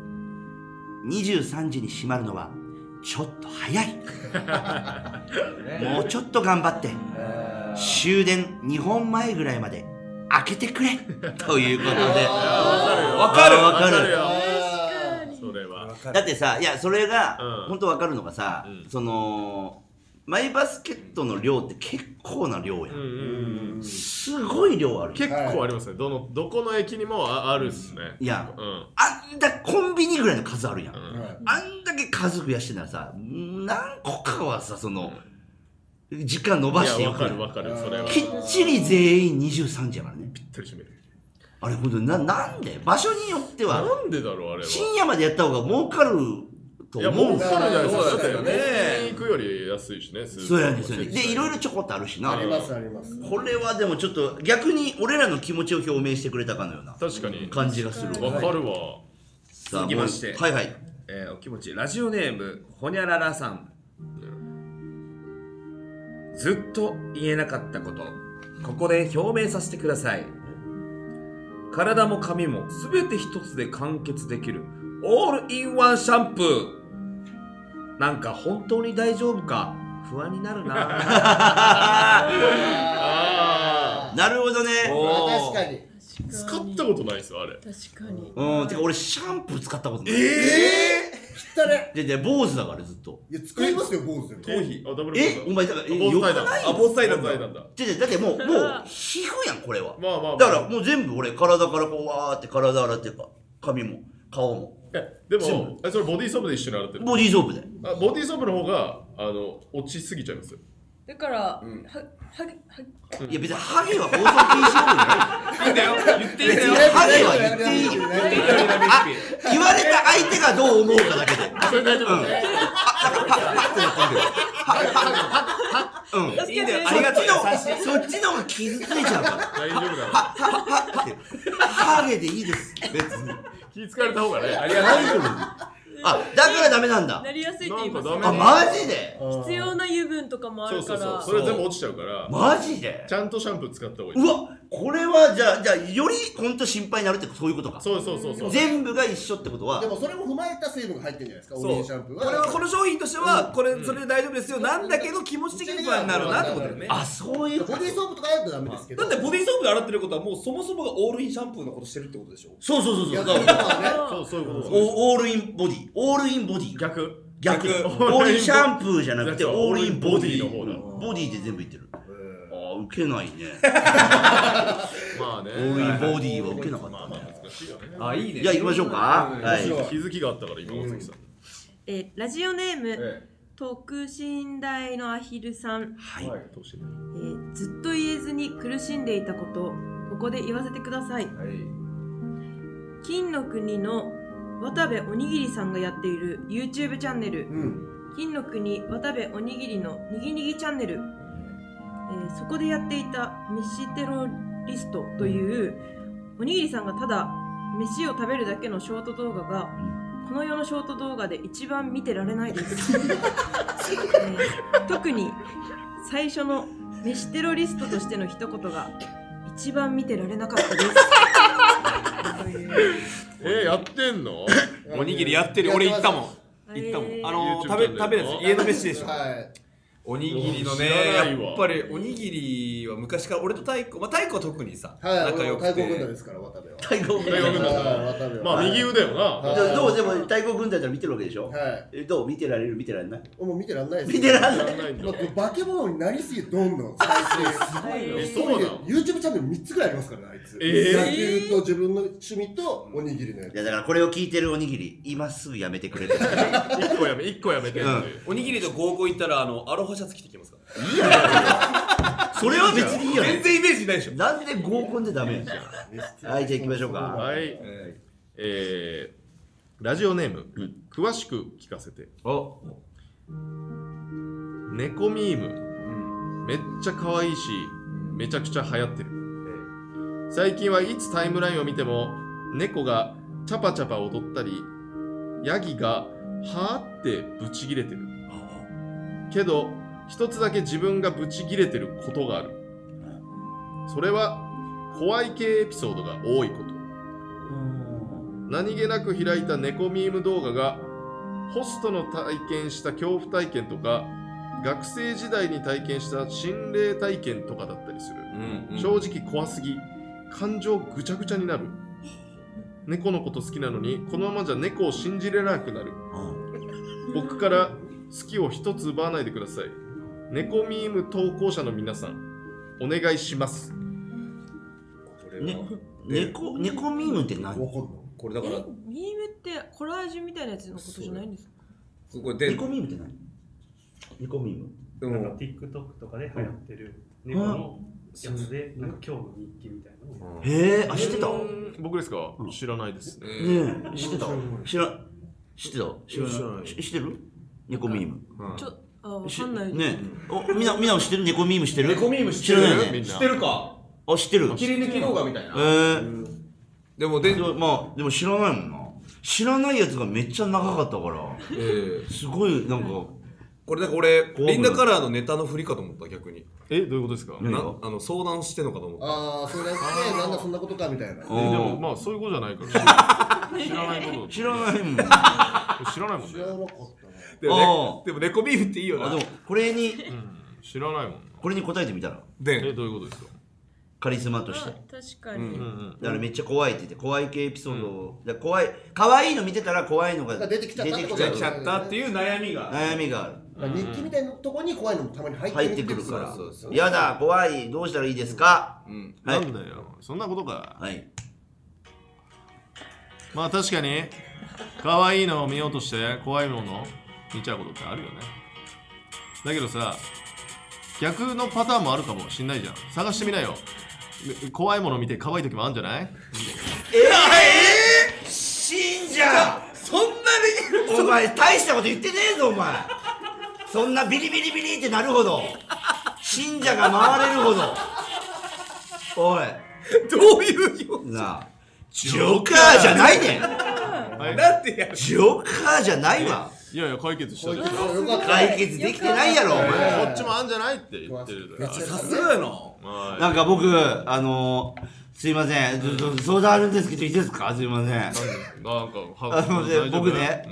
23時に閉まるのはちょっと早い。もうちょっと頑張って終電2本前ぐらいまで開けてくれということで、 わかる。 だってさ、いやそれが本当わかるのがさ、そのマイバスケットの量って結構な量やん。すごい量ある。 結構ありますね。どこの駅にもあるっすね。 いや、あんだコンビニぐらいの数あるやん。あんだけ数増やしてたらさ、何個かはさ、その時間伸ばしてよく。 わかるそれは。 きっちり全員23時やからね。 ぴったり閉める。 あれほんとなんで場所によってはなんでだろうあれは。 深夜までやった方が儲かると思う。 いや儲かるじゃないですか。だってね。 行くより安いしね。 そうやねそうやね。でいろいろちょこっとあるしな。 ありますあります。 これはでもちょっと逆に俺らの気持ちを表明してくれたかのような確かに感じがする。 わかるわ。 続きまして、 はいはい。 お気持ちラジオネームほにゃららさん。ずっと言えなかったことここで表明させてください。体も髪もすべて一つで完結できるオールインワンシャンプー。なんか本当に大丈夫か不安になるな。 なるほどね。 確かに使ったことないですよあれ。 確かに。 てか俺シャンプー使ったことない。 汚ね。 で坊主だからずっと。 いや使いますよ坊主でも。 頭皮。 お前だから坊主対談。 坊主対談だ。 だってもう皮膚やんこれは。 まあだからもう全部俺体からこうわーって体洗ってか髪も顔も。 でもそれボディーソープで一緒に洗ってる。 ボディーソープで。 ボディーソープの方が落ちすぎちゃいますよ。 だからいや別にハゲは放送禁止用語じゃない。いいんだよ言っていいんだよ。ハゲは言っていいよ。言われた相手がどう思うかだけで。 それ大丈夫。 いいんだよ。ありがとう。 そっちの方が傷ついちゃうから。 大丈夫だよ。 ハゲでいいです。別に。 気使われた方がね。 ありがとう。 だからダメなんだ。 なりやすいって言いますあマジで。 必要な油分とかもあるから。 それ全部落ちちゃうから。 マジで。 ちゃんとシャンプー使った方がいい。 うわこれはじゃあより本当心配になるってそういうことか。 そう全部が一緒ってことは。 でもそれも踏まえた成分が入ってるんじゃないですか、オーリンシャンプーは。 この商品としてはそれで大丈夫ですよなんだけど気持ち的に不安になるなってことだよね。 あ、そういう。 ボディーソープとかやるとダメですけど。 だってボディーソープで洗ってることはもうそもそもがオールインシャンプーのことしてるってことでしょ。 そうそうそういうことオールインボディ、オールインボディ。 逆。 オールインシャンプーじゃなくてオールインボディの方だ。ボディで全部いってる。ああ、受けないね。 まあね。 オールインボディは受けなかった。 難しいよね。 あ、いいね。 じゃあ行きましょうか。はい。 気づきがあったから今大崎さん。 ラジオネーム特進大のアヒルさん。 はい。 ずっと言えずに苦しんでいたこと、ここで言わせてください。金の国の渡部おにぎりさんがやっている YouTube チャンネル、金の国渡部おにぎりのにぎにぎチャンネル、そこでやっていた飯テロリストというおにぎりさんがただ飯を食べるだけのショート動画がこの世のショート動画で一番見てられないです、特に最初の飯テロリストとしての一言が一番見てられなかったですやってんの？ おにぎりやってる。俺行ったもん。食べるやつ家の飯でしょ。おにぎりのね、やっぱりおにぎりは昔から俺と太鼓は特にさ、 仲良くて。太鼓軍団ですから、渡部は。 太鼓軍団。 まあ右腕よな。 どうでも太鼓軍団だったら見てるわけでしょ。どう見てられる見てられない？ もう見てらんないです。 見てらんない。 化け物になりすぎてどんどん再生。そうなの。YouTube チャンネル3つぐらいありますからね、あいつ。野球と自分の趣味とおにぎりのやつ。 いやだからこれを聞いてるおにぎり、今すぐやめてくれる。 1個やめて。 おにぎりと合コン行ったらアロハシャツ着てきますから。 いいやろ。それは別にいいよ。 全然イメージないでしょ。 なんで合コンでダメじゃん。はい、じゃあ行きましょうか。 はい。ラジオネーム、詳しく聞かせて。猫ミーム、めっちゃ可愛いし、めちゃくちゃ流行ってる。最近はいつタイムラインを見ても、猫がチャパチャパ踊ったり、ヤギがはーってブチギレてる。けど、一つだけ自分がブチギレてることがある。それは怖い系エピソードが多いこと。何気なく開いた猫ミーム動画がホストの体験した恐怖体験とか学生時代に体験した心霊体験とかだったりする。正直怖すぎ、感情ぐちゃぐちゃになる。猫のこと好きなのにこのままじゃ猫を信じれなくなる。僕から好きを一つ奪わないでください。猫ミーム投稿者の皆さん、お願いします。 猫ミームって何？ これだからミームってコラージュみたいなやつのことじゃないんですか？ 猫ミームって何？猫ミーム？ なんか TikTok とかで流行ってる猫のやつで、なんか今日の日記みたいなのを。 へえ、あ、知ってた？ 僕ですか？知らないですね。 知ってた？知らない。知ってる？猫ミーム。 わかんないね。みんな知ってる？猫ミーム知ってる？ 猫ミーム知らないよね。 知ってるか？ あ、知ってる。 切り抜き動画みたいな。でも知らないもんな。知らないやつがめっちゃ長かったから。すごいなんか。 これだから俺リンダカラーのネタの振りかと思った逆に。 どういうことですか？ 相談してんのかと思った。 相談してなんだそんなことかみたいな。 でもまあそういうことじゃないから知らないこと。 知らないもん。 知らないもんね。 知らなかったな。 でも猫ミームっていいよな。 でもこれに知らないもん。 これに答えてみたら。 どういうことですか？ カリスマとして。 確かに。 だからめっちゃ怖いって言って怖い系エピソードを怖い可愛いの見てたら怖いのが出てきちゃったっていう悩みがある。 日記みたいなとこに怖いのもたまに入ってくるから。 やだ怖いどうしたらいいですか？ なんだよそんなことか。 はい。 まあ確かに可愛いのを見ようとして怖いものを見ちゃうことってあるよね。だけどさ逆のパターンもあるかもしんないじゃん。探してみなよ。怖いもの見て可愛い時もあるんじゃない？ 信者そんなにお前大したこと言ってねえぞお前。そんなビリビリビリってなるほど信者が回れるほどおいどういうなあジョーカーじゃないねん。 なんてやるジョーカーじゃないわ。 いやいや解決したじゃん。 解決できてないやろお前。 こっちもあんじゃないって言ってる。 さすがやな。 なんか僕すいません、相談あるんですけどいいですか？すいません。 なんか僕ね、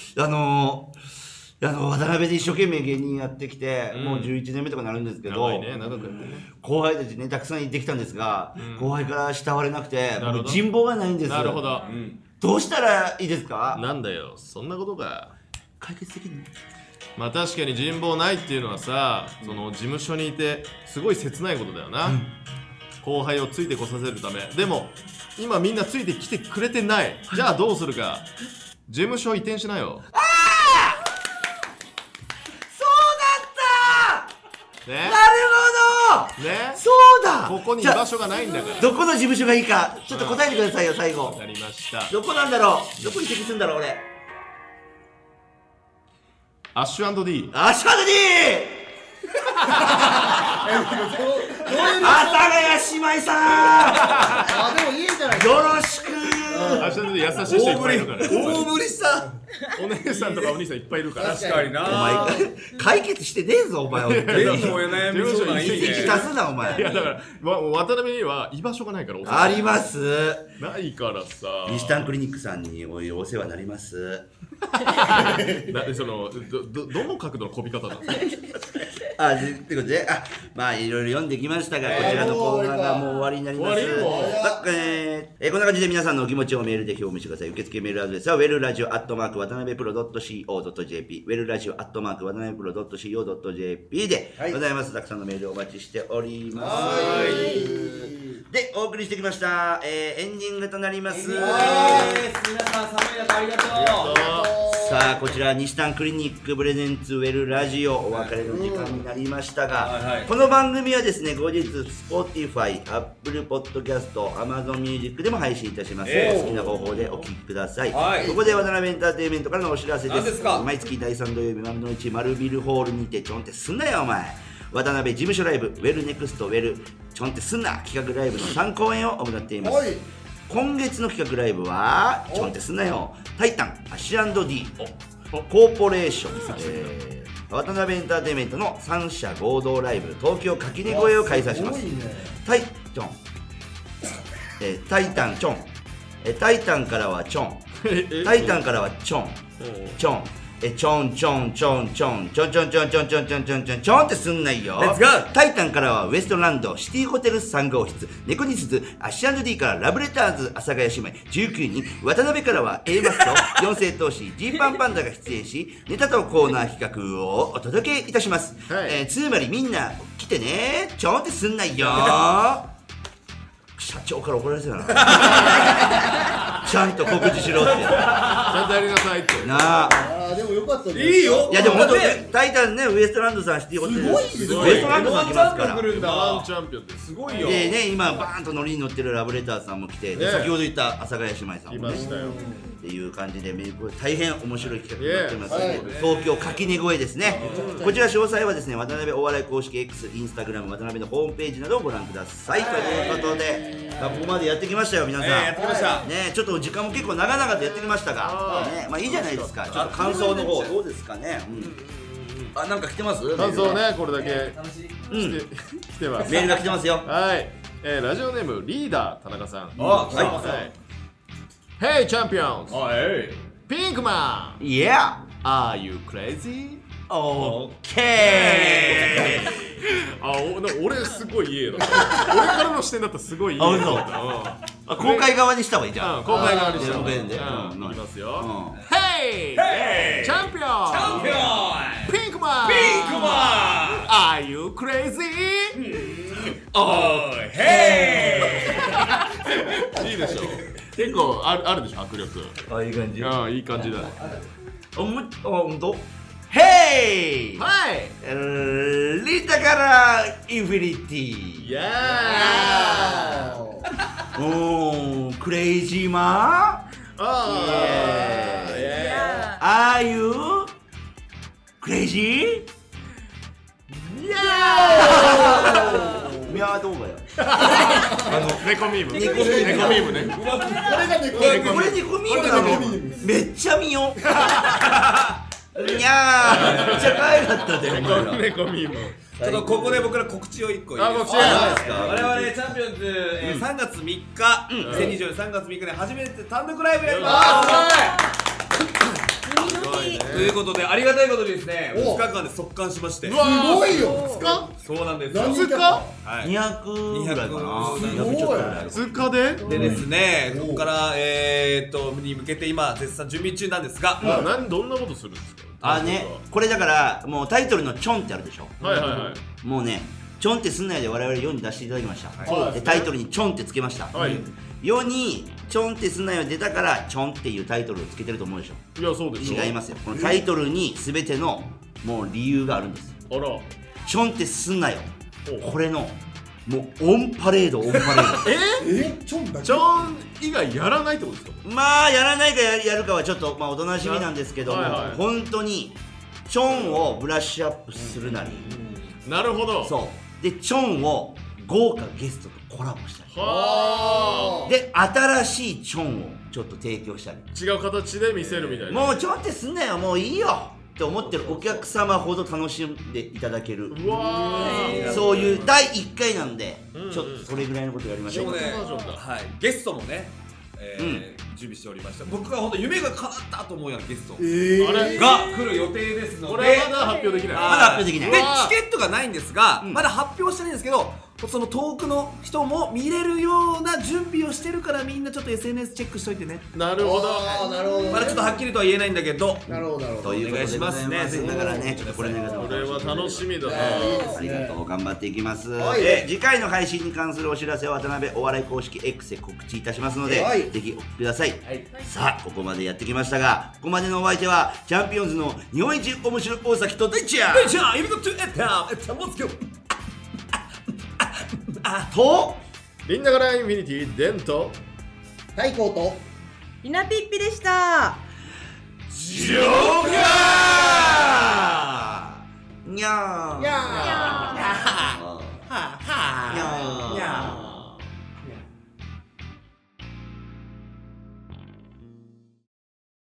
渡辺で一生懸命芸人やってきて、もう11年目とかなるんですけど、後輩たちねたくさん行ってきたんですが、後輩から慕われなくて人望がないんです。 なるほど。 どうしたらいいですか？ なんだよそんなことか。 解決できるの？ まあ確かに人望ないっていうのはさ、その事務所にいてすごい切ないことだよな。後輩をついてこさせるため。でも今みんなついてきてくれてない。じゃあどうするか。事務所移転しなよ。ね、 なるほどね、 そうだ。 ここに居場所がないんだから。 どこの事務所がいいかちょっと答えてくださいよ最後。 わかりました。 どこなんだろう。どこ移籍するんだろう俺。 アッシュ&ディ。 アッシュ&ディ阿佐ヶ谷姉妹さんあ、でもいいじゃない。 よろしく。 アッシュ&ディ優しい人いっぱいいるから。 大振りしたお姉さんとかお兄さんいっぱいいるから。 確かにな。 お前解決してねえぞお前。 でも悩み相談いいね。 移籍足すなお前。 いやだから渡辺には居場所がないからあります。 ないからさ。 西丹クリニックさんにお世話になります。 そのどの角度のこび方なんですか。 ということで、まあいろいろ読んできましたが、こちらのコーナーがもう終わりになります。こんな感じで皆さんのお気持ちをメールで表明してください。受付メールアドレスは wellradio@渡辺プロ .co.jp wellradio@渡辺プロ .co.jp でございます。たくさんのメールをお待ちしております。で、お送りしてきました、エンディングとなります。 皆さん寒い中ありがとう。 さあこちら西丹クリニックプレゼンツウェルラジオお別れの時間になりましたが、この番組はですね後日 Spotify、Apple Podcast、Amazon Music でも配信いたします。お好きな方法でお聴きください。ここで渡辺エンターテインメントからのお知らせです。毎月第3土曜日丸の内丸ビルホールにてちょんってすんなよお前。渡辺事務所ライブウェルネクストウェルちょんってすんな企画ライブの3公演を行っています。今月の企画ライブはちょんってすんなよタイタンアッシュ&ディコーポレーション、渡辺エンターテインメントの3社合同ライブ東京垣根越えを開催します。タイタンチョン、タイタンからはチョン、タイタンからはチョンチョンちょんちょんちょんちょんちょんちょんちょんちょんちょんちょんちょんちょんちょんってすんないよ。タイタンからはウエストランドシティホテル3号室猫に鈴アッシュ&ディからラブレターズ阿佐ヶ谷姉妹19人渡辺からは A マスト四世投資ジーパンパンダが出演しネタとコーナー企画をお届けいたします。つまりみんな来てねちょんってすんないよ。社長から怒られてたなちゃんと告知しろってちゃんとやりなさいってなあ。 でもよかったね。 いいよ。 いやでも本当タイタンねウエストランドさんシティホテルすごいですよ。 ウエストランドさん来ますから。 ワンチャンピオンってすごいよ。 でね今バーンとノリに乗ってるラブレターズさんも来て、先ほど言った阿佐ヶ谷姉妹さんもねっていう感じで大変面白い企画になってますので、東京垣根越えですね。こちら詳細はですね渡辺お笑い公式 X、インスタグラム渡辺のホームページなどをご覧ください。ということでここまでやってきましたよ皆さん。 やってきましたね。ちょっと時間も結構長々とやってきましたが、まあいいじゃないですか。ちょっと感想の方どうですかね。なんか来てます？ 感想ねこれだけ来てます。 メールが来てますよ。 はい。ラジオネームリーダー田中さん。 はい。 Hey champions! Pink man! Yeah! Are you crazy? Okay! 俺すごい家だ。俺からの視点だったらすごい家だった。 公開側にした方がいいじゃん。 公開側にした方がいい。 いきますよ。Hey! Champion! Pink man! Are you crazy? Oh, hey! いいでしょ。結構あるでしょ迫力。 いい感じ。 いい感じだね。 ほんとヘイはいリタからインフィニティイエークレイジーマーAre you crazy? イエーミャーどうかよ猫ミーム猫ミームねこれ猫ミームなのめっちゃ見よゃーめっちゃ可愛かったで、 猫ミーム。 ちょっとここで僕ら告知を1個いいですか。我々チャンピオンズ3月3日、2024年3月3日に初めて単独ライブやります。ということでありがたいことにですね、2日間で速乾しまして。 すごいよ。2日？ そうなんですよ。 2日 ？200ぐらいかな。 2日で？ でですね、ここからに向けて今絶賛準備中なんですが、 どんなことするんですか？ これだからもうタイトルのチョンってあるでしょ。 はいはいはい。 もうね、チョンってすんないで我々世に出していただきました。でタイトルにチョンってつけました。世にチョンってすんないは出たからチョンっていうタイトルをつけてると思うでしょ。 いやそうですよ。 違いますよ。このタイトルに全てのもう理由があるんです。 あら。 チョンってすんなよ。これのもうオンパレード。 チョンだけ？ チョン以外やらないってことですか？ まあやらないかやるかはちょっとおとなしみなんですけども、本当にチョンをブラッシュアップするなり。 なるほど。 そうでチョンを豪華ゲストとコラボしたりで新しいチョンをちょっと提供したり違う形で見せるみたいな。 もうチョンってすんなよもういいよって思ってるお客様ほど楽しんでいただけるそういう第1回なんでちょっとそれぐらいのことやりましょう。 ゲストもね準備しておりました。僕が本当夢が叶ったと思うようなゲストが来る予定ですので、 これはまだ発表できない。 まだ発表できない。 でチケットがないんですが、まだ発表してないんですけど、その遠くの人も見れるような準備をしてるからみんなちょっと SNS チェックしといてね。 なるほど。 まだちょっとはっきりとは言えないんだけど。 なるほどなるほど。 ということでございます。だからねちょっとこれは楽しみだな。 ありがとう頑張っていきます。次回の配信に関するお知らせは渡辺お笑い公式 X で告知いたしますのでぜひお聞きください。さあここまでやってきましたが、ここまでのお相手はチャンピオンズの日本一面白い大崎とデイちゃんとリンダガラインフィニティデンと太鼓とリナピッピでした。 ジョーカーにゃー